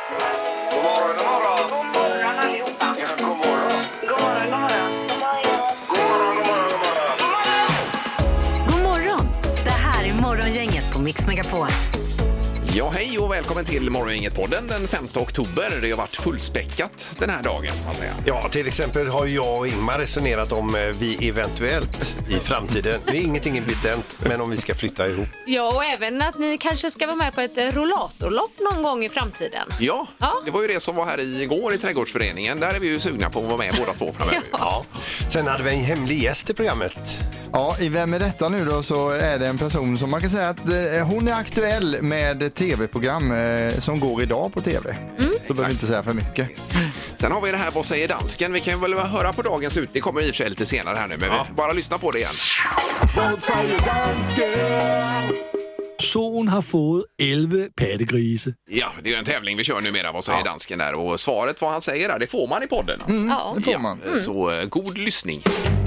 God morgon, god morgon. God morgon allihopa. Ja, god morgon. God morgon, god morgon. God morgon, god morgon, god morgon. God morgon! Det här är Morgongänget på Mix Megapol. Ja, hej och välkommen till Morgongänget-podden den 5 oktober. Det har varit fullspäckat den här dagen, får man säga. Ja, till exempel har jag och Ingmar resonerat om vi eventuellt i framtiden, det är ingenting bestämt, men om vi ska flytta ihop. Ja, och även att ni kanske ska vara med på ett rollatorlopp någon gång i framtiden. Ja, Ja. det var ju det som var här igår i Trädgårdsföreningen. Där är vi ju sugna på att vara med båda två framöver. Ja. Sen hade vi en hemlig gäst i programmet. Ja, i Vem är detta nu då, så är det en person som man kan säga att hon är aktuell med tv-program som går idag på tv. Så behöver vi inte säga för mycket. Sen har vi det här, vad säger dansken? Vi kan väl höra på dagens ut. Det kommer i och för sig lite senare här nu, men vi bara lyssna på det igen. Vad säger dansken? Son har fået 11 pattegrise. Ja, det är ju en tävling vi kör numera, vad säger dansken där? Och svaret vad han säger där, det får man i podden. Alltså. Ja. Det får man. Så god lyssning.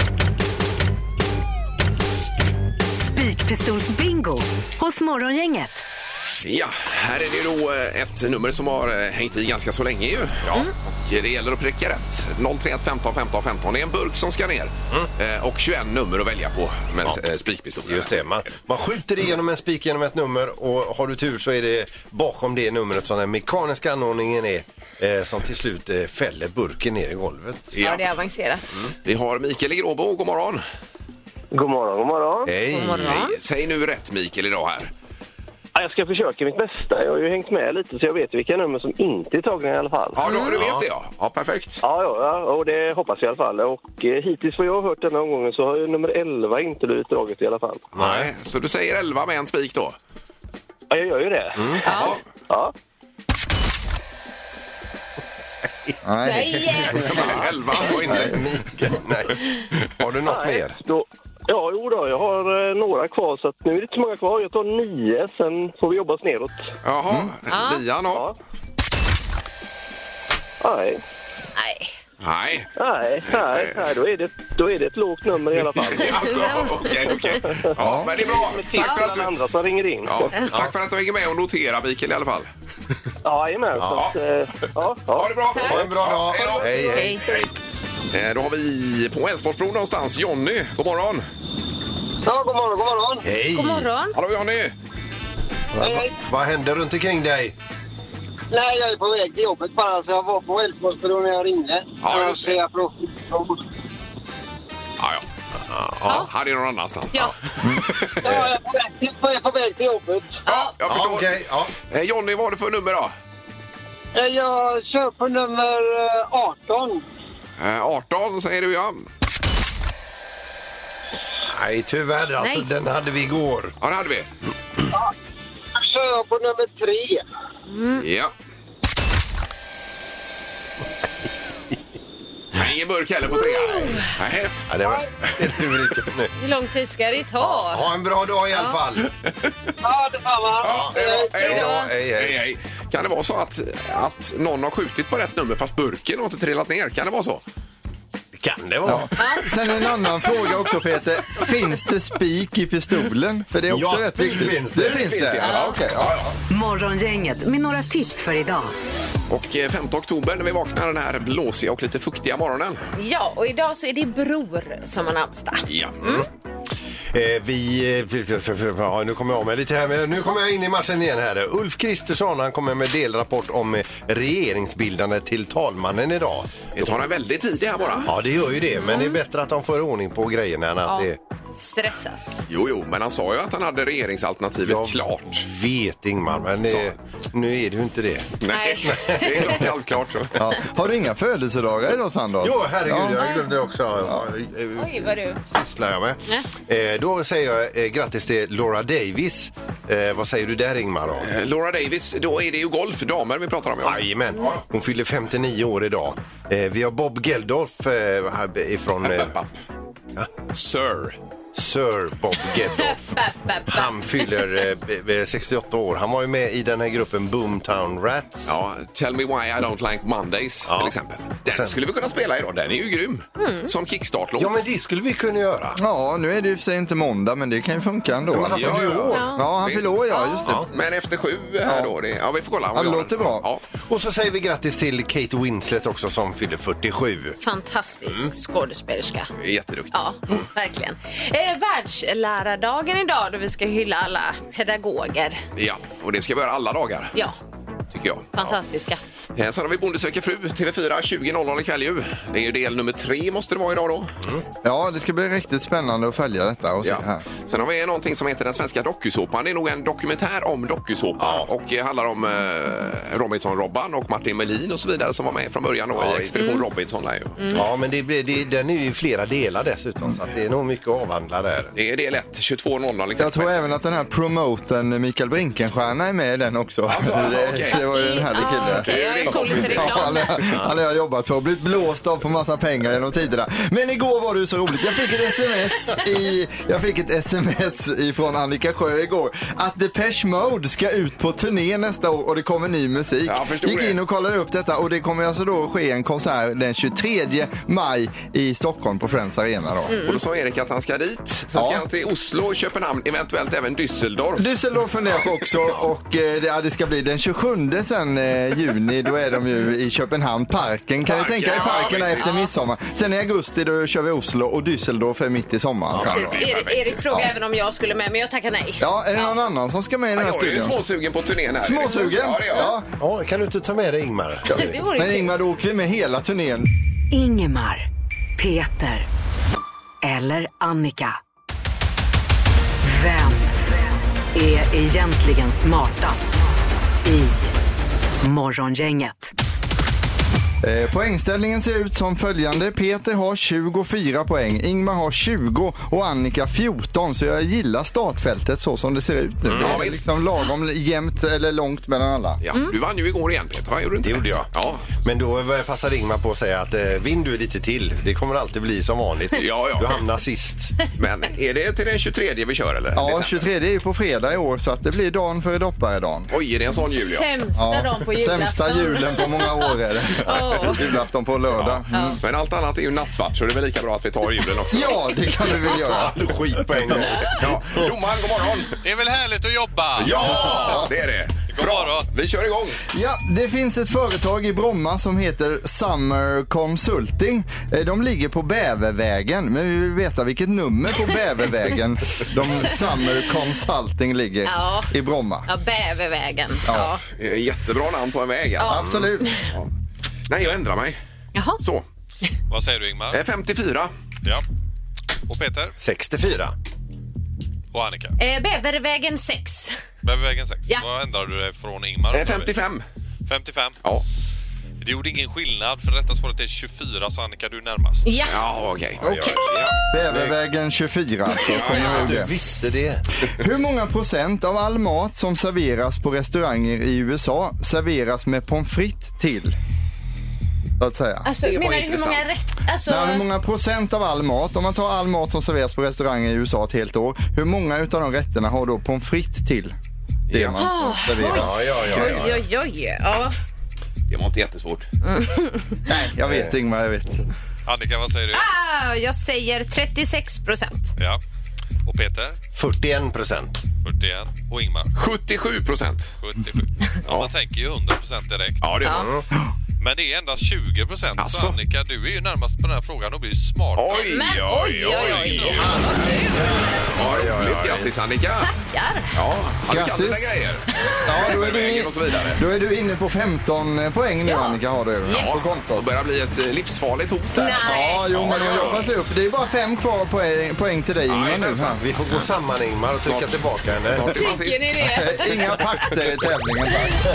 Spikpistolsbingo hos Morgongänget. Ja, här är det då ett nummer som har hängt i ganska så länge ju. Ja. Och det gäller att pricka rätt. 031 15 15 15. Det är en burk som ska ner. Och 21 nummer att välja på med spikpistol. Just det, man skjuter igenom en spik genom ett nummer och har du tur så är det bakom det numret som den mekaniska anordningen är som till slut fäller burken ner i golvet. Ja, det är avancerat. Vi har Mikael i Gråbo, god morgon. God morgon, god morgon. Hej! God morgon. Hej. Säg nu rätt Mikael idag här. Ja, jag ska försöka mitt bästa. Jag har ju hängt med lite så jag vet vilka nummer som inte är tagna i alla fall. Ja, du vet det ja. Ja, perfekt. Ja, och det hoppas jag i alla fall. Och hittills vad jag har hört den här omgången så har ju nummer 11 inte blivit draget i alla fall. Nej, så du säger 11 med en spik då? Ja, jag gör ju det. Ja. Ja. Nej. 11 och inte. Mikael, nej. Har du något mer? Ja, jag har några kvar så att nu är det inte så många kvar. Jag tar 9, sen får vi jobba oss neråt. Jaha, Lian då? Ja. Nej, Nej. då är det ett lågt nummer i alla fall. Alltså, okej. Ja, men det är bra. Tack för att du... andra som ringer in. Ja, tack för att du hänger med och noterar, Mikael, i alla fall. Ja, jajamän. Ja. Ja. Ha det bra. Ha en bra dag. Hej då. Hej. Då har vi på Älvsborgsbron någonstans Jonny. God morgon. Ja, god morgon, god morgon. Hej! God morgon. Hallå Jonny. Vad händer runt omkring dig? Nej, jag är på väg till jobbet bara, så jag var på Älvsborgsbron när jag ringde. Ja, just det. Ja. Han är någon annanstans. Ja. Ja, jag är på väg till jobbet. Ja, jag förstår. Okej, ja. Jonny, vad har du för nummer då? Jag kör på nummer 18. 18 säger du ja. Nej, tyvärr. Alltså, Nej. den hade vi igår. Ja, det hade vi. Ja, jag kör på nummer 3. Ja. Nej, ingen burk heller på 3. Nej. Ja, det var nu. Hur lång tid ska det ta? Ha en bra dag i alla fall. Ja, detsamma. Ja, det är bra. Hej då. Hej. Hej. Kan det vara så att någon har skjutit på rätt nummer fast burken har inte trillat ner? Kan det vara så? Kan det vara? Sen en annan fråga också, Peter. Finns det spik i pistolen? För det är också rätt spik viktigt. finns det. Det finns det. Ja, okej. Morgongänget med några tips för idag. Och 5 oktober när vi vaknar den här blåsiga och lite fuktiga morgonen. Ja, och idag så är det Bror som har namnsdag. Ja. Nu kommer jag av mig lite här, men nu kommer jag in i matchen igen här. Ulf Kristersson, han kommer med delrapport om regeringsbildande till talmannen idag. Det tar en väldigt tid det här bara. Ja, det gör ju det, men det är bättre att de får ordning på grejerna än att det... Stressas. Jo, men han sa ju att han hade regeringsalternativet klart. Vet Ingmar, men nu är det ju inte det. Nej, det är klart halvklart. Ja. Har du inga födelsedagar idag, Sandholt? Jo, herregud, jag glömde det också. Oj, vad du... Sysslar jag med. Då säger jag grattis till Laura Davis. Vad säger du där, Ingmar? Då? Laura Davis, då är det ju golf, damer vi pratar om. Ja. Jajamän, hon fyller 59 år idag. Vi har Bob Geldof ifrån... Sir. Sir Bob Geldof. Han fyller 68 år. Han var ju med i den här gruppen Boomtown Rats. Ja, Tell Me Why I Don't Like Mondays till exempel. Den skulle vi kunna spela idag. Den är ju grym. Som kickstart-låt. Ja, men det skulle vi kunna göra. Ja, nu är det ju för sig inte måndag, men det kan ju funka ändå. Men han fyller ju år. Ja, han fyller år, ja, just det. Men efter 7 här då. Ja, vi får kolla. Ja, det låter bra. Ja. Och så säger vi grattis till Kate Winslet också som fyller 47. Fantastisk skådespelerska. Jätteduktig. Ja, verkligen. Världslärardagen idag då vi ska hylla alla pedagoger. Ja, och det ska vi göra alla dagar. Ja, Tycker jag. fantastiska. Ja. Sen har vi Bonde söker fru, TV4 20.00 ikväll ju. Det är ju del nummer 3 måste det vara idag då. Ja, det ska bli riktigt spännande att följa detta och se här. Sen har vi någonting som heter Den svenska dokusåpan. Det är nog en dokumentär om dokusåpan. Och handlar om Robinson-Robban och Martin Melin och så vidare som var med från början då i Expedition Robinson. Ja, men den är ju i flera delar dessutom så att det är nog mycket att avhandla där. Det är del 1, 22.00 ikväll. Jag tror även att den här promoten Mikael Brinkenstierna är med i den också. Alltså, det var ju en härlig kille. Okej, jag såg lite reklam där. Han har jobbat för och blivit blåst av på massa pengar genom tiderna. Men igår var det ju så roligt. Jag fick ett sms ifrån Annika Sjö igår att Depeche Mode ska ut på turné nästa år och det kommer ny musik. Gick in och kollade upp detta och det kommer alltså då ske en konsert den 23 maj i Stockholm på Friends Arena då. Och då sa Erik att han ska dit. Sen ska han till Oslo, Köpenhamn, eventuellt även Düsseldorf. Düsseldorf funderar på också och det ska bli den 27 sen juni. Då är de ju i Köpenhamn, parken. Kan ni tänka i parken efter midsommar. Sen i augusti då kör vi Oslo och Düsseldorf är mitt i sommaren. Erik frågade även om jag skulle med, men jag tackar nej. Ja, är det någon annan som ska med i den här studion? Jag är ju småsugen på turnén här. Småsugen? Ja, kan du inte ta med dig Ingmar? Men Ingmar, då åker vi med hela turnén. Ingemar, Peter eller Annika. Vem är egentligen smartast i Morgongänget? Poängställningen ser ut som följande. Peter har 24 poäng, Ingmar har 20 och Annika 14. Så jag gillar startfältet så som det ser ut nu. Det är liksom lagom jämnt eller långt mellan alla. Ja, du vann ju igår igen Peter, va? Det gjorde jag. Ja. Men då passade Ingmar på att säga att vinn du lite till. Det kommer alltid bli som vanligt. Ja. Du hamnar sist. Men är det till den 23 vi kör eller? Ja, 23 är ju på fredag i år så att det blir dagen före dopparedagen. Oj, är det en sån jul? Sämsta dagen på julafton. Sämsta julen på många år är det. Julafton på lördag. Men allt annat är ju nattsvart så det är väl lika bra att vi tar julen också. Ja, det kan vi väl göra. Skit på en gång. Ja. Domaren, god morgon. Det är väl härligt att jobba? Ja, det är det. Bra, vi kör igång. Ja, det finns ett företag i Bromma som heter Summer Consulting. De ligger på Bävervägen, men vi vill veta vilket nummer på Bävervägen de Summer Consulting ligger i Bromma. Ja, Bävervägen. Ja. Jättebra namn på en väg. Ja. Absolut. Ja. Nej, jag ändrar mig. Jaha. Så. Vad säger du Ingmar? 54. Ja. Och Peter? 64. Och Annika? Bävervägen 6. Bävervägen 6. Ja. Vad ändrar du dig från Ingmar? 55. 55? Ja. Det gjorde ingen skillnad för rätta svaret är 24 så Annika du är närmast. Ja. Ja, okej. Bävervägen 24. Så kommer Du visste det. Hur många procent av all mat som serveras på restauranger i USA serveras med pommes frites till? Så att säga. Alltså, Det var menar du hur intressant. många rätt? Alltså, Nej, hur många procent av all mat, om man tar all mat som serveras på restauranger i USA ett helt år, hur många utav de rätterna har då pommes frites till? Det man serverar. oj. Ja. Det var inte jättesvårt. Nej, jag vet Ingmar, jag vet. Annika, vad säger du? Jag säger 36%. Ja. Och Peter? 41%. 41. Och Ingmar? 77%. 77. Ja, man tänker ju 100% direkt. Ja, det är Men det är endast 20%. Alltså. Så Annika, du är ju närmast på den här frågan och blir smart. Oj. Roligt, grattis Annika. Tackar. Ja, Grattis. kan dina grejer. Ja, Och så vidare. då är du inne på 15 poäng nu, Annika, har du. Yes. På kontot. Det börjar bli ett livsfarligt hot där. Nej. Ja, jo, men de jobbar sig upp. Det är bara 5 kvar poäng till dig, Ingmar, nu. Vi får gå samman Ingmar och trycka tillbaka henne. Snart är man Tycker sist. ni det? Inga pakter i tävlingen, tack.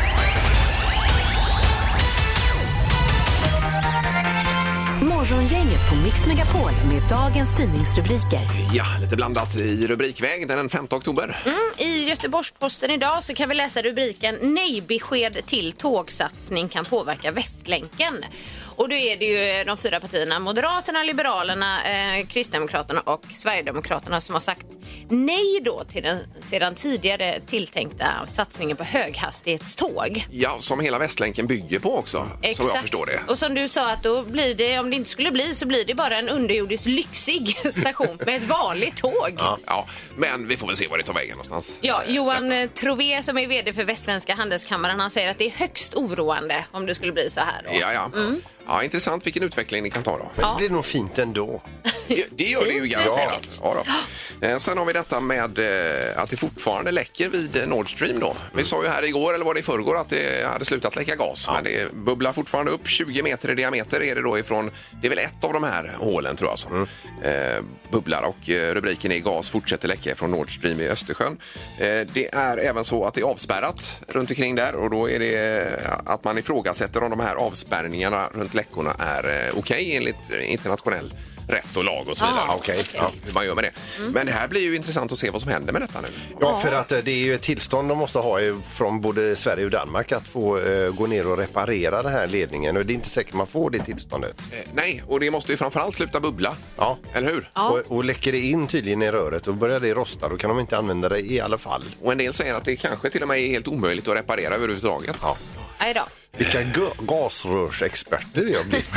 Morgongänget på Mix Megapol med dagens tidningsrubriker. Ja, lite blandat i rubrikväg den 5 oktober. I Göteborgs-Posten idag så kan vi läsa rubriken Nej-besked till tågsatsning kan påverka Västlänken. Och då är det ju de 4 partierna, Moderaterna, Liberalerna, Kristdemokraterna och Sverigedemokraterna som har sagt nej då till den sedan tidigare tilltänkta satsningen på höghastighetståg. Ja, som hela Västlänken bygger på också, Exakt. som jag förstår det. Och som du sa att då blir det, om det inte skulle bli så blir det bara en underjordisk lyxig station med ett vanligt tåg. Ja, men vi får väl se var det tar vägen någonstans. Ja, Johan Trové som är vd för Västsvenska handelskammaren, han säger att det är högst oroande om det skulle bli så här då. Ja. Ja, intressant vilken utveckling ni kan ta då. Men det blir nog fint ändå. Det gör det ju ganska säkert. Ja då. Sen har vi detta med att det fortfarande läcker vid Nord Stream då. Vi sa ju här igår, eller var det i förrgår, att det hade slutat läcka gas. Men det bubblar fortfarande upp 20 meter i diameter är det då ifrån, det är väl ett av de här hålen tror jag som bubblar, och rubriken är gas fortsätter läcka från Nord Stream i Östersjön. Det är även så att det är avspärrat runt omkring där, och då är det att man ifrågasätter om de här avspärrningarna runt läckorna är okej enligt internationell rätt och lag och så vidare. Okej. Ja, hur man gör med det. Men det här blir ju intressant att se vad som händer med detta nu. Ja, för att det är ju ett tillstånd de måste ha från både Sverige och Danmark att få gå ner och reparera den här ledningen, och det är inte säkert man får det tillståndet. Nej, och det måste ju framförallt sluta bubbla. Ja. Eller hur? Ja. Och läcker det in tydligen i röret och börjar det rosta, då kan de inte använda det i alla fall. Och en del säger att det kanske till och med är helt omöjligt att reparera överhuvudtaget. Ja. Nej då. Vilka gasrörsexperter vi har blivit.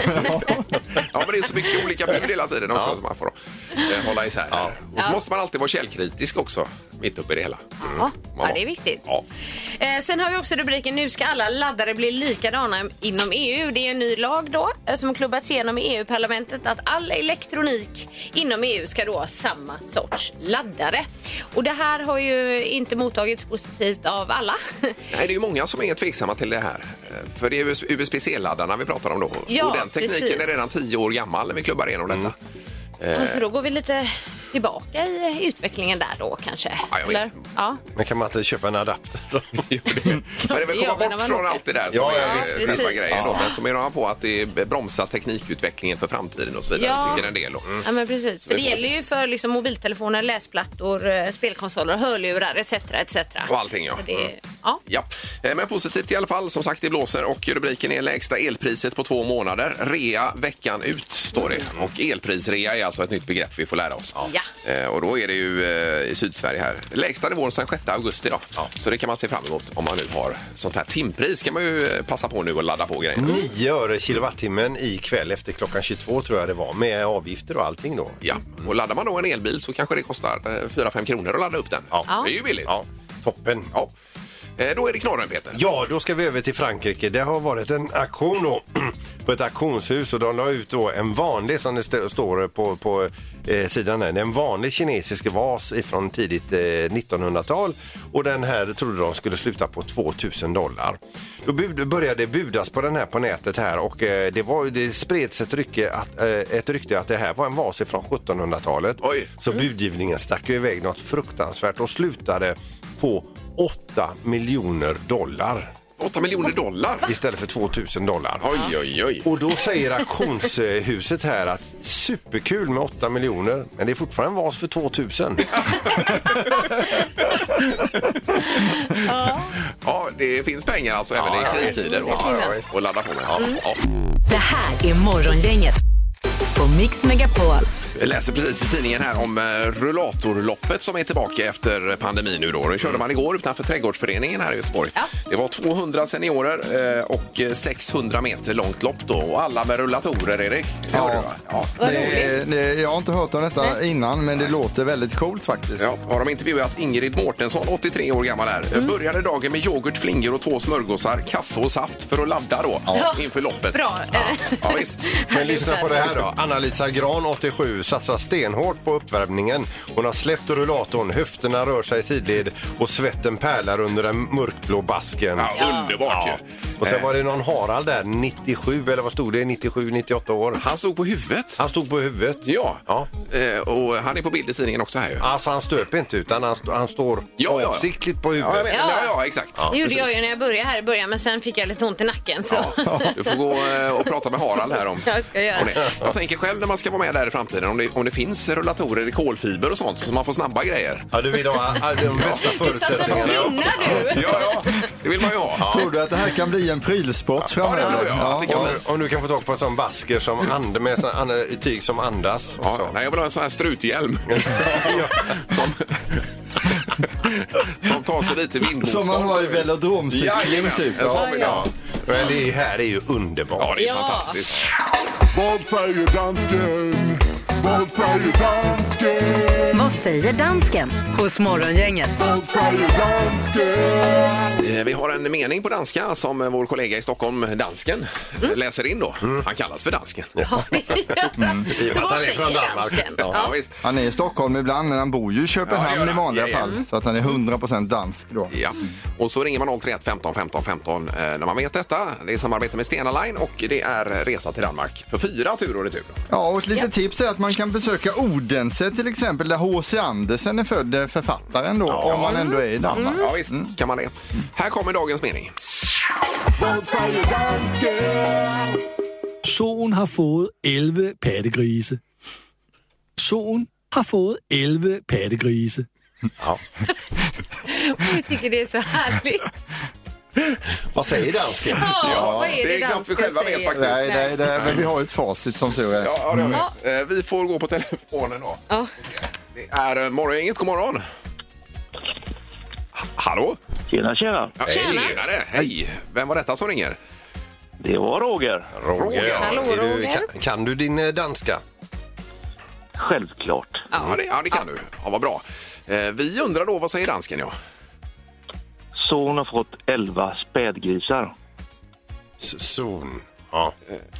Ja, men det är så mycket olika bud hela tiden också som man får hålla isär. Ja. Och så måste man alltid vara källkritisk också, mitt uppe i det hela. Ja, det är viktigt. Ja. Sen har vi också rubriken nu ska alla laddare bli likadana inom EU. Det är en ny lag då som har klubbats igenom i EU-parlamentet att all elektronik inom EU ska då ha samma sorts laddare. Och det här har ju inte mottagits positivt av alla. Nej, det är ju många som är tveksamma till det här. För det är USB-C-laddarna vi pratar om då. Ja, och den tekniken precis. är redan 10 år gammal när vi klubbar igenom detta. Och så då går vi lite tillbaka i utvecklingen där då kanske. Ja, jag vet. Eller? Ja. Men kan man inte köpa en adapter då? Men det vill komma bort från allt det där som är vissa grejer då. Men så menar man på att det bromsar teknikutvecklingen för framtiden och så vidare, tycker en del. Ja, men precis. För det gäller ju för liksom mobiltelefoner, läsplattor, spelkonsoler, hörlurar etc. Och allting, ja. Så det, Ja, men positivt i alla fall. Som sagt, det blåser och rubriken är lägsta elpriset på 2 månader. Rea veckan ut, står det. Och elprisrea är alltså ett nytt begrepp vi får lära oss. Ja. Och då är det ju i Sydsverige här. Lägsta nivån sedan 6 augusti då. Så det kan man se fram emot om man nu har sånt här timpris. Kan man ju passa på nu och ladda på grejer. 9 öre kilowattimmen i kväll efter klockan 22 tror jag det var, med avgifter och allting då. Ja, och laddar man då en elbil så kanske det kostar 4-5 kronor att ladda upp den. Ja. Det är ju billigt. Ja, toppen. Ja. Då är det knorren, Peter. Ja, då ska vi över till Frankrike. Det har varit en auktion då, på ett auktionshus, och de la ut då en vanlig, som det står på sidan här, en vanlig kinesisk vas ifrån tidigt 1900-tal, och den här trodde de skulle sluta på $2000. Då började budas på den här på nätet här, och det spreds ett rykte att det här var en vas ifrån 1700-talet. Oj. Så budgivningen stack iväg något fruktansvärt och slutade på $8 miljoner. $8 miljoner? Istället för $2000. Oj. Och då säger auktionshuset här att superkul med 8 miljoner, men det är fortfarande en vas för 2000. Ja, det finns pengar alltså även i kristider och ladda på med. Ja. Det här är Morgongänget på Mix Megapol. Jag läser precis i tidningen här om rullatorloppet som är tillbaka efter pandemin nu då. Det körde man igår utanför Trädgårdsföreningen här i Göteborg. Ja. Det var 200 seniorer och 600 meter långt lopp då. Och alla med rullatorer, Erik. Ja. Vad roligt. Jag har inte hört om detta innan, men det låter väldigt coolt faktiskt. Ja, har de intervjuat Ingrid Mårtensson, 83 år gammal här. Började dagen med yoghurt, flingor och 2 smörgåsar, kaffe och saft för att ladda då inför loppet. Bra. Ja, visst. Men lyssna på det här då. Anna-Lisa Gran, 87, satsar stenhårt på uppvärmningen. Hon har släppt rullatorn, höfterna rör sig i sidled och svetten pärlar under den mörkblå basken. Ja, underbart ju. Och sen var det någon Harald där, 97 eller vad stod det? 97, 98 år. Han stod på huvudet. Han stod på huvudet. Ja. Ja. Och han är på bild i tidningen också här ju. Alltså han stöper inte utan han står avsiktligt på huvudet. Ja, jag vet. Ja, exakt. Det gjorde jag ju när jag började här i början, men sen fick jag lite ont i nacken. Så. Du får gå och prata med Harald här om Jag ska göra det. Jag tänker själv när man ska vara med där i framtiden, om det finns rullatorer i kolfiber och sånt så man får snabba grejer. Ja, du vill ha de bästa förutsättningarna. Ja, det vill man ju ha. Tror du att det här kan bli en prylsport framöver? det tror jag. Ja. Det kan bli. Om du kan få tag på en sån basker som med sån tyg som andas. Ja, nej, jag vill ha en sån här struthjälm. som tar sig lite vindmotstånd. Som man har i velodromcykling typ. Ja. Men det här är ju underbart. Ja, det är fantastiskt. Vad säger dansken? Vad säger dansken? Vad säger dansken hos Morgongänget? Vad säger dansken? Vi har en mening på danska som vår kollega i Stockholm, dansken, läser in då. Han kallas för dansken. Så vad säger dansken? Ja, visst. Han är i Stockholm ibland, men han bor ju i Köpenhamn i vanliga fall. Så att han är 100% dansk då. Ja. Och så ringer man 031 15 15 15 när man vet detta. Det är samarbete med Stena Line och det är resa till Danmark för 4 tur och retur. Ja, och ett litet tips är att man kan besöka Odense till exempel, där H.C. Andersen är född, författaren då, om man ändå är i Danmark. Ja, visst kan man det. Här kommer dagens mening. Vad säger dansken? Son har fået 11 pattegrise. Son har fået 11 pattegrise. Ja. Jag tycker det är så härligt. Vad säger dansken? Ja, vad är det är knappt vi själva vet faktiskt. Nej, men vi har ju ett facit som så är. Ja, det har vi. Vi får gå på telefonen då. Ja. Det är Morgongänget, god morgon. Hallå? Tjena. Ja, tjenare, hej. Vem var detta som ringer? Det var Roger. Roger. Hallå, Roger. Kan du din danska? Självklart. Ja, det kan du. Ja, vad bra. Vi undrar då, vad säger dansken? Ja? Son har fått 11 spädgrisar. Son. Ja.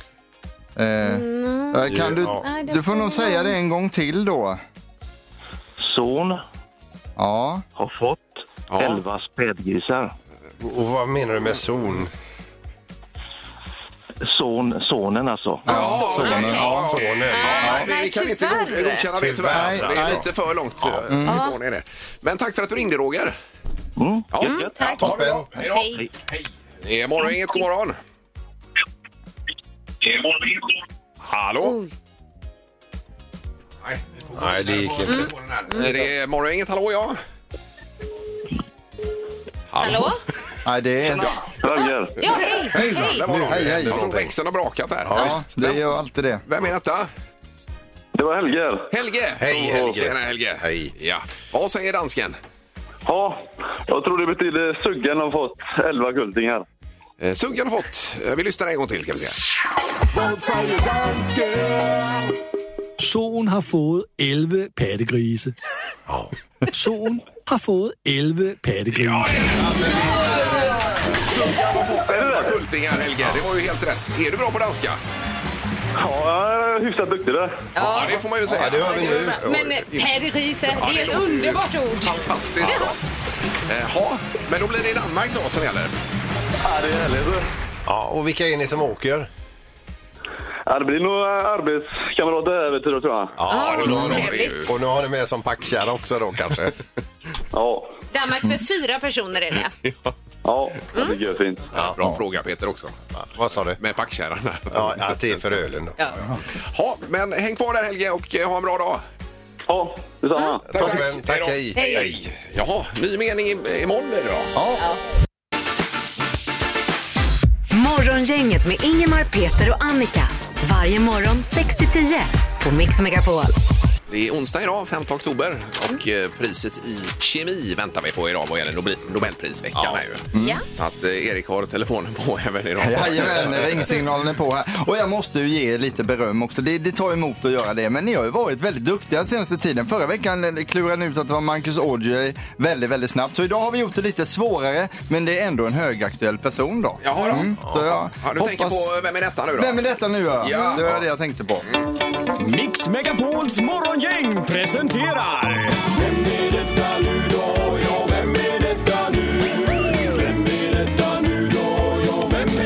Kan du får nog säga det en gång till då. Son Ja. har fått 11 spädgrisar. Och vad menar du med son? Sonen alltså. Sonen. Nej, Vi kan inte godkänna det tyvärr. Alltså. Det är lite för långt. Men tack för att du ringde, Roger. Tack. Toppen. Hej då. Hej. Det är Morgongänget, god morgon. Hallå? Nej, det gick inte. Det är Morgongänget, hallå ja. Hallå? Nej, det är... Roger. Ja, hej. Hejsan, det var Hej. Jag tror växeln har brakat där. Ja, det gör alltid det. Vem är detta? Det var Helger. Helge. Hej, Helge. Tjena, Helge. Hej. Ja. Vad säger dansken? Ja, jag tror det betyder Suggen har fått 11 kultingar. Suggen har fått. Vi lyssnar en gång till, ska vi se. Vad säger dansken? Son har fået 11 pattegrise. Son har fået 11 pattegrise. Suggen har fått 11 kultingar, Helge. Det var ju helt rätt. Är du bra på danska? Ja, jag är hyfsat duktig där. Ja, det får man ju säga. Det hör vi nu. Men pattegrise, det är ett underbart ord. Fantastiskt bra. Men då blir det Danmark då som gäller. Ja, det är härligt. Ja, och vilka är ni som åker? Ja, det blir nog arbetskamrater här, vet du, tror jag. Ja, det låter trevligt. Och nu har ni med som packkärra också då kanske? Ja. Danmark för 4 personer är det. Ja, det tycker jag är fint. Ja, bra fråga, Peter, också. Vad sa du? Med packkärran här. Ja, det är för ölen då. Ja, men häng kvar där, Helge, och ha en bra dag. Ja, detsamma. Toppen, tack, hej. Hej. Jaha, ny mening imorgon blir det då. Ja. Morgongänget med Ingemar, Peter och Annika. Varje morgon 6-10 på Mix Megapol. Det är onsdag idag, 5 oktober, och priset i kemi väntar vi på idag vad gäller Nobelprisveckan. Här ju. Ja. Så att Erik har telefonen på även idag. Jajamän, ringsignalen är på här. Och jag måste ju ge lite beröm också. Det tar emot att göra det. Men ni har ju varit väldigt duktiga senaste tiden. Förra veckan klurade ni ut att det var Marcus Aujalay väldigt snabbt. Så idag har vi gjort det lite svårare, men det är ändå en högaktuell person då. Jaha då. Så jag Du tänker på vem är detta nu då? Vem är detta nu då? Ja. Det var det jag tänkte på. Mix Megapols morgongäng presenterar... Vem är detta nu då? Ja, vem är detta nu? Vem är detta nu då? Ja, vem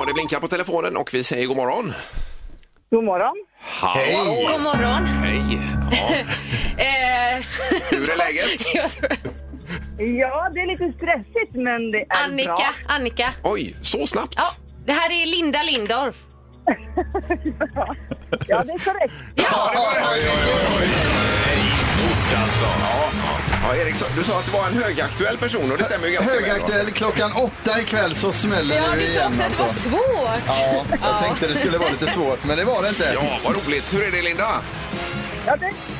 Ja, det blinkar på telefonen och vi säger god morgon. God morgon. Hej! God morgon. Hej! Ja. Hur är läget? Ja, det är lite stressigt men det är bra. Annika. Oj, så snabbt? Ja, det här är Linda Lindorff. Ja, det är korrekt. Ja, det var det. Alltså. Ja, Erik, du sa att det var en högaktuell person och det stämmer ju ganska högaktuell, väl. Klockan 8 ikväll så smäller Ja, det du sa igen. också att det var svårt. Ja, jag tänkte det skulle vara lite svårt, men det var det inte. Ja, vad roligt. Hur är det, Linda? Ja,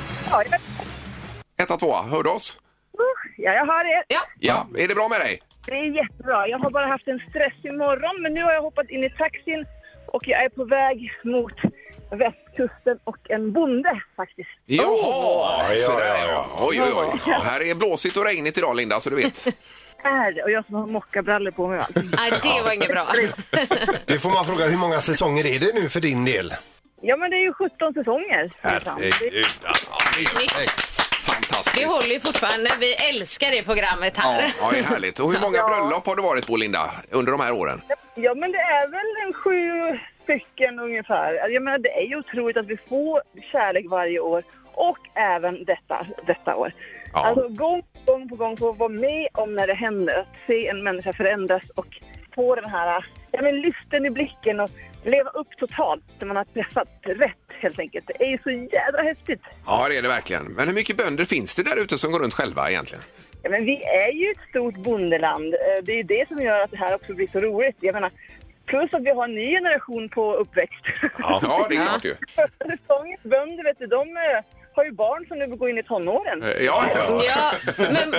jag 1-2, hör du oss? Ja, jag hör er. Ja, är det bra med dig? Det är jättebra. Jag har bara haft en stressig morgon, men nu har jag hoppat in i taxin och jag är på väg mot västkusten och en bonde faktiskt. Jaha, ja. Oj. Ja, här är blåsigt och regnigt idag, Linda, så du vet. Är det? Och jag som har mockabrallor på mig och allting. Nej, det var inget bra. Det får man fråga, hur många säsonger är det nu för din del? Ja, men det är ju 17 säsonger. Herregud. Fantastiskt. Det håller ju fortfarande. Vi älskar det programmet här. Ja, det är härligt. Och hur många bröllop har du varit på, Linda, under de här åren? Ja, men det är väl en 7 stycken ungefär. Jag menar, det är ju otroligt att vi får kärlek varje år och även detta år. Ja. Alltså gång på gång få vara med om när det händer, att se en människa förändras och få den här lysten i blicken och leva upp totalt när man har träffat rätt helt enkelt. Det är ju så jädra häftigt. Ja, det är det verkligen. Men hur mycket bönder finns det där ute som går runt själva egentligen? Ja, men vi är ju ett stort bondeland. Det är ju det som gör att det här också blir så roligt. Jag menar, plus att vi har en ny generation på uppväxt. Ja, det är klart ju. Säsongens bönder, vet du, de har ju barn som nu går in i tonåren. Ja, men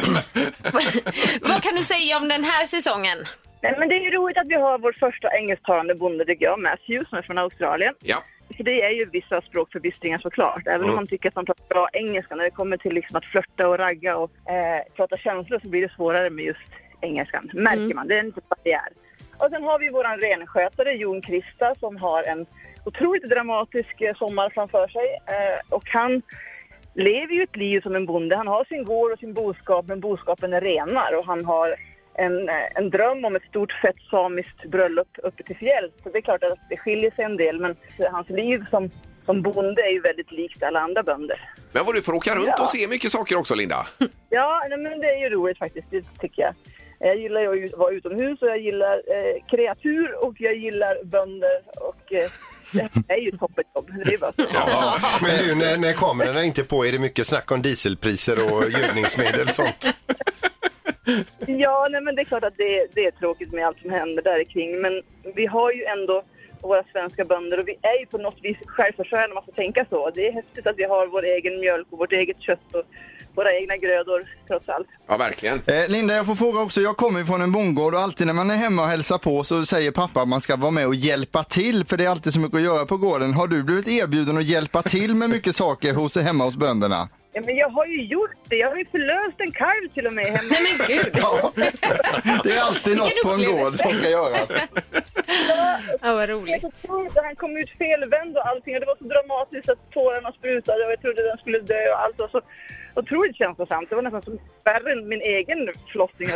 vad kan du säga om den här säsongen? Nej, men det är ju roligt att vi har vår första engelsktalande bonde, tycker jag, Matthew, som är från Australien. Ja. För det är ju vissa språkförbistringar såklart. Även om man tycker att man pratar bra engelska, när det kommer till liksom att flirta och ragga och prata känslor, så blir det svårare med just engelskan. Märker man, det är en liten barriär. Och sen har vi våran renskötare, Jon Krista, som har en otroligt dramatisk sommar framför sig. Och han lever ju ett liv som en bonde. Han har sin gård och sin boskap, men boskapen är renar. Och han har en dröm om ett stort fett samiskt bröllop uppe till fjäll. Så det är klart att det skiljer sig en del, men hans liv som bonde är ju väldigt likt alla andra bönder. Men vad du får åka runt och se mycket saker också, Linda. Ja, men det är ju roligt faktiskt, det tycker jag. Jag gillar ju att vara utomhus och jag gillar kreatur och jag gillar bönder och det är ju toppet jobb. Det är bara så. Ja. Men nu när kamerorna är inte på, är det mycket snack om dieselpriser och gödningsmedel och sånt? Ja, men det är klart att det är tråkigt med allt som händer där kring. Men vi har ju ändå våra svenska bönder och vi är ju på något vis självförsörjande, man får tänka så. Det är häftigt att vi har vår egen mjölk och vårt eget kött och våra egna grödor, trots allt. Ja, verkligen. Linda, jag får fråga också, jag kommer från en bondgård och alltid när man är hemma och hälsar på så säger pappa att man ska vara med och hjälpa till, för det är alltid så mycket att göra på gården. Har du blivit erbjuden att hjälpa till med mycket saker hemma hos bönderna? Ja, men jag har ju gjort det. Jag har ju förlöst en kalv till och med hemma. Nej, men gud. Ja. Det är alltid något på en gård som ska göras. Ja, vad roligt. Han kom ut felvänd och allting. Och det var så dramatiskt att tårarna sprutade och jag trodde den skulle dö och allt var så otroligt känslosamt. Det var nästan som värre än min egen förlossning.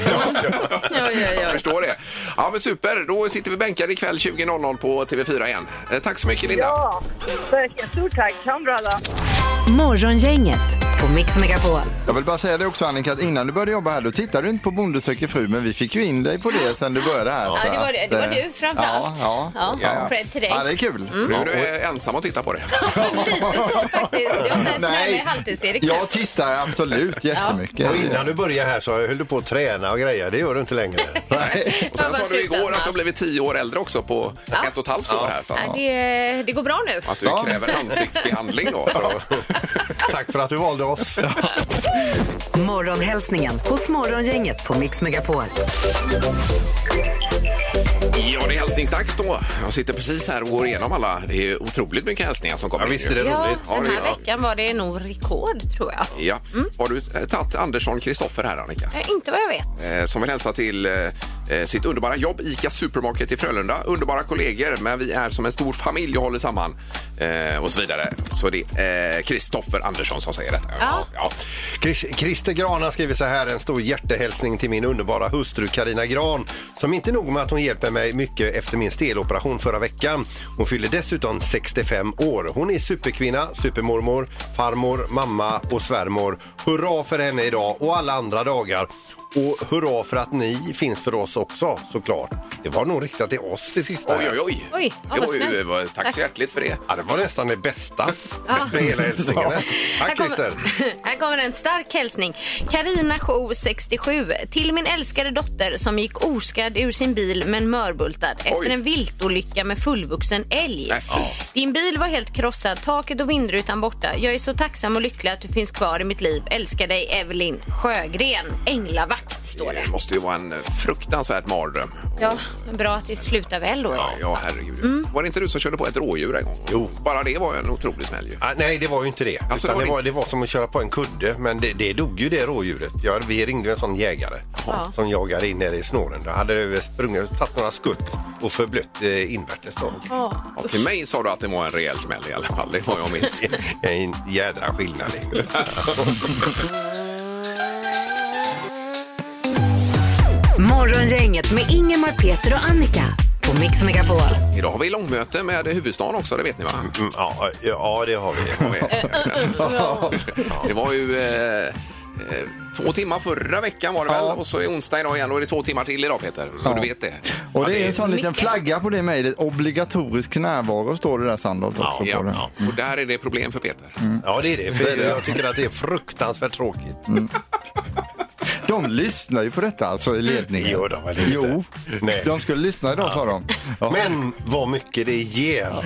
Jag förstår det. Ja, men super. Då sitter vi bänkade ikväll 20.00 på TV4 igen. Tack så mycket, Linda. Ja, verkligen. Stort tack. Ha en bra dag. Morgongänget på Mix Megapol. Jag vill bara säga det också, Annika, att innan du började jobba här då tittade du inte på Bonde söker fru, men vi fick ju in dig på det sen du började här. Ja, så det var du framförallt. Ja. Cred till dig. Ja, det är kul. Nu är du ensam att titta på det. Lite så faktiskt. Jag har inte ens med mig halvtids-Erik. Jag tittar absolut jättemycket. Och innan du började här så höll du på att träna och grejer. Det gör du inte längre. Nej. Och sen sa du igår att du har blivit 10 år äldre också på 1,5 år här. Så. Det går bra nu. Att du kräver ansiktsbehandling då. Tack för att du valde oss. Morgonhälsningen hos Morgongänget på Mix Megapol. Ja, det är hälsningsdags då. Jag sitter precis här och går igenom alla. Det är otroligt mycket hälsningar som kommer in. Visst är det roligt. Den här veckan var det nog rekord, tror jag. Ja. Har du tagit Andersson Kristoffer här, Annika? Inte vad jag vet. Som vill hälsa till sitt underbara jobb, ICA Supermarket i Frölunda. Underbara kollegor, men vi är som en stor familj och håller samman och så vidare. Så det är Kristoffer Andersson som säger detta. Ja. Christer Gran har skrivit så här: en stor hjärtehälsning till min underbara hustru Carina Gran, som inte nog med att hon hjälper mig mycket efter min steloperation förra veckan. Hon fyller dessutom 65 år. Hon är superkvinna, supermormor, farmor, mamma och svärmor. Hurra för henne idag och alla andra dagar. Och hurra för att ni finns för oss också, såklart. Det var nog riktat till oss det sista. Oj, tack så hjärtligt för det. Ja, det var nästan det bästa med hela hälsningen. Tack, Christer. Här kommer en stark hälsning. Carina Show 67. Till min älskade dotter som gick oskadd ur sin bil men mörbultad efter en viltolycka med fullvuxen älg. Din bil var helt krossad, taket och vindrutan borta. Jag är så tacksam och lycklig att du finns kvar i mitt liv. Älskar dig, Evelyn Sjögren. Änglavakt står det. Det måste ju vara en fruktansvärt mardröm. Ja, bra att det slutar väl då. Ja, herregud. Var det inte du som körde på ett rådjur en gång? Jo. Bara det var en otrolig smäll ju. Nej, det var ju inte det. Alltså, Utan det var som att köra på en kudde, men det dog ju det rådjuret. Vi ringde en sån jägare som jagade in nere i snåren. Då hade det sprungit, tagit några skutt och förblött invärtes då. Ja, till mig sa du att det var en rejäl smäll i alla fall. Det var jag minns. En jädra skillnad. Morgongänget med Ingemar, Peter och Annika på Mix Megapol. Idag har vi långmöte med huvudstaden också, det vet ni va? Ja, det har vi. Det var ju 2 timmar förra veckan var det väl? Och så är onsdag idag igen och är det 2 timmar till idag, Peter. Så du vet det. Och det är en sån liten flagga på det mejlet. Obligatorisk närvaro står det där, Sandholt också på det. Och där är det problem för Peter. Ja, det är det. För jag tycker att det är fruktansvärt tråkigt. De lyssnar ju på detta alltså i ledningen. Jo, de är lite. Nej. De skulle lyssna idag, sa de. Ja. Men vad mycket det ger.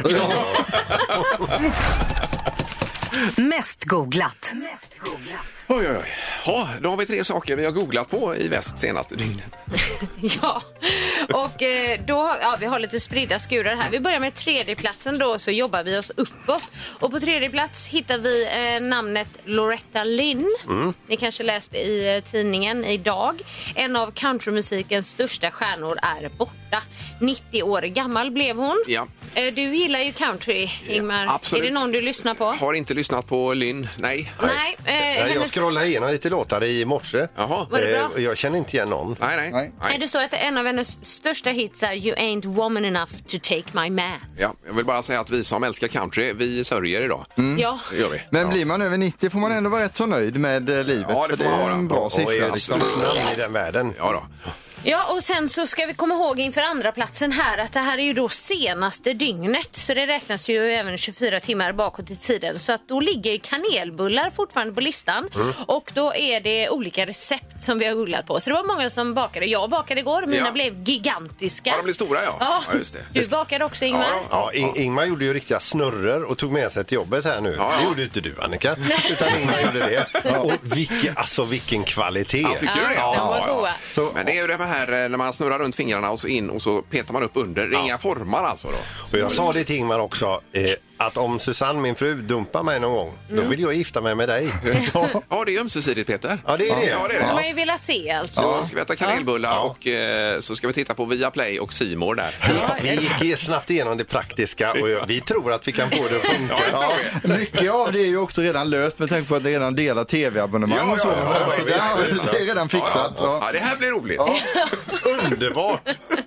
Mest googlat. Oj. Ja, då har vi 3 saker vi har googlat på i väst senaste dygnet. Ja, och vi har lite spridda skurar här. Vi börjar med 3:e platsen då, så jobbar vi oss uppåt. Och på 3:e plats hittar vi namnet Loretta Lynn. Ni kanske läste i tidningen idag. En av countrymusikens största stjärnor är borta. 90 år gammal blev hon. Ja. Du gillar ju country, Ingmar. Absolut. Är det någon du lyssnar på? Har inte lyssnat på Lynn, nej. Jag scrollade igenom lite låtar i morse. Var det bra? Jag känner inte igen någon. Nej. Det står att en av hennes största hits är You ain't woman enough to take my man. Ja, jag vill bara säga att vi som älskar country, vi sörjer idag. Ja. Det gör vi. Men blir man över 90 får man ändå vara rätt så nöjd med livet. Ja, det får man vara. En bra siffra. Liksom. I den världen. Ja då. Ja, och sen så ska vi komma ihåg inför andra platsen här att det här är ju då senaste dygnet, så det räknas ju även 24 timmar bakåt i tiden, så att då ligger kanelbullar fortfarande på listan och då är det olika recept som vi har googlat på, så det var många som bakade. Jag bakade igår, mina blev gigantiska. Ja, de blev stora, ja just det. Du bakade också, Ingmar? Ja, Ingmar gjorde ju riktiga snurror och tog med sig till jobbet här nu. Det gjorde inte du, Annika, utan Ingmar gjorde det. Och vilken kvalitet. Ja, tycker du det? De var goda. Så, men det är ju det här när man snurrar runt fingrarna och så in och så petar man upp under. Det är inga formar alltså då. Så jag sa det till Ingmar också, att om Susanne, min fru, dumpar mig någon gång, då vill jag gifta mig med dig. Ja, det är ömsesidigt, Peter. Ja, det är det. Ja, det är det. De har ju velat se alltså. Så ska vi äta kanelbullar och så ska vi titta på Viaplay och C More där. Vi gick snabbt igenom det praktiska och vi tror att vi kan få det att funka. Mycket av det är ju också redan löst med tanke på att det redan delar tv-abonnemang och så. Så det är redan fixat. Ja, det här blir roligt. Underbart.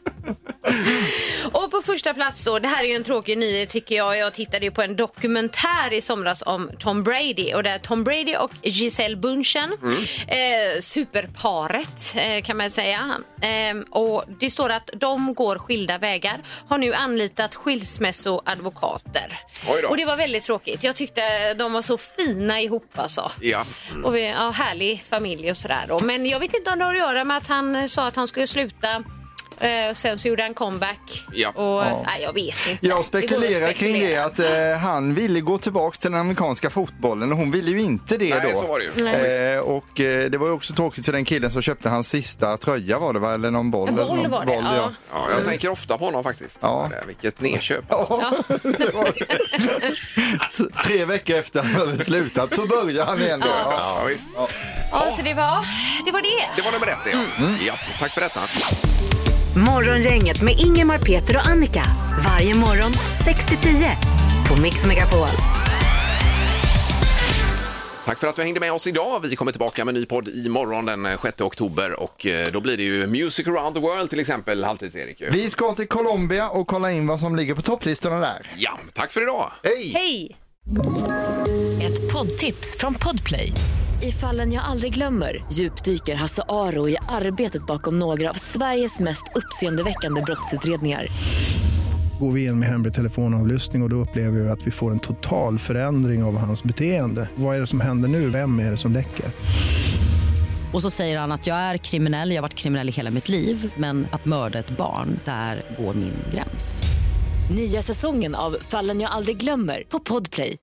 Och på första plats då, det här är ju en tråkig nyhet tycker jag. Jag tittade ju på en dokumentär i somras om Tom Brady och där Tom Brady och Giselle Bündchen, superparet kan man säga. Och det står att de går skilda vägar, har nu anlitat skilsmässoadvokater. Och det var väldigt tråkigt. Jag tyckte de var så fina ihop alltså. Ja. Och härlig familj och sådär då. Men jag vet inte om det har att göra med att han sa att han skulle sluta. Sen så gjorde han comeback. Nej, jag vet inte. Jag spekulerar kring det att han ville gå tillbaka till den amerikanska fotbollen och hon ville ju inte det. Nej, då. Så var det ju. Och det var ju också tråkigt för den killen som köpte hans sista tröja, var det va? Eller någon boll? En boll eller var det, Ja, jag tänker ofta på honom faktiskt. Ja. Vilket nedköp. Ja. 3 veckor efter han hade slutat så började han igen då. Ja, visst. Ja, så det var det. Det var nummer 1, ja. Tack för detta. Morgongänget med Ingemar, Peter och Annika. Varje morgon 6-10 på Mix Megapol. Tack för att du hängde med oss idag. Vi kommer tillbaka med en ny podd imorgon den 6 oktober och då blir det ju Music around the world till exempel, Halvtids-Erik. Vi ska till Colombia och kolla in vad som ligger på topplistorna där. Ja, tack för idag. Hej! Hej! Ett poddtips från Podplay. I Fallen jag aldrig glömmer djupdyker Hasse Aro i arbetet bakom några av Sveriges mest uppseendeväckande brottsutredningar. Går vi in med hemlig telefonavlyssning och då upplever vi att vi får en total förändring av hans beteende. Vad är det som händer nu? Vem är det som läcker? Och så säger han att jag är kriminell, jag har varit kriminell i hela mitt liv. Men att mörda ett barn, där går min gräns. Nya säsongen av Fallen jag aldrig glömmer på Podplay.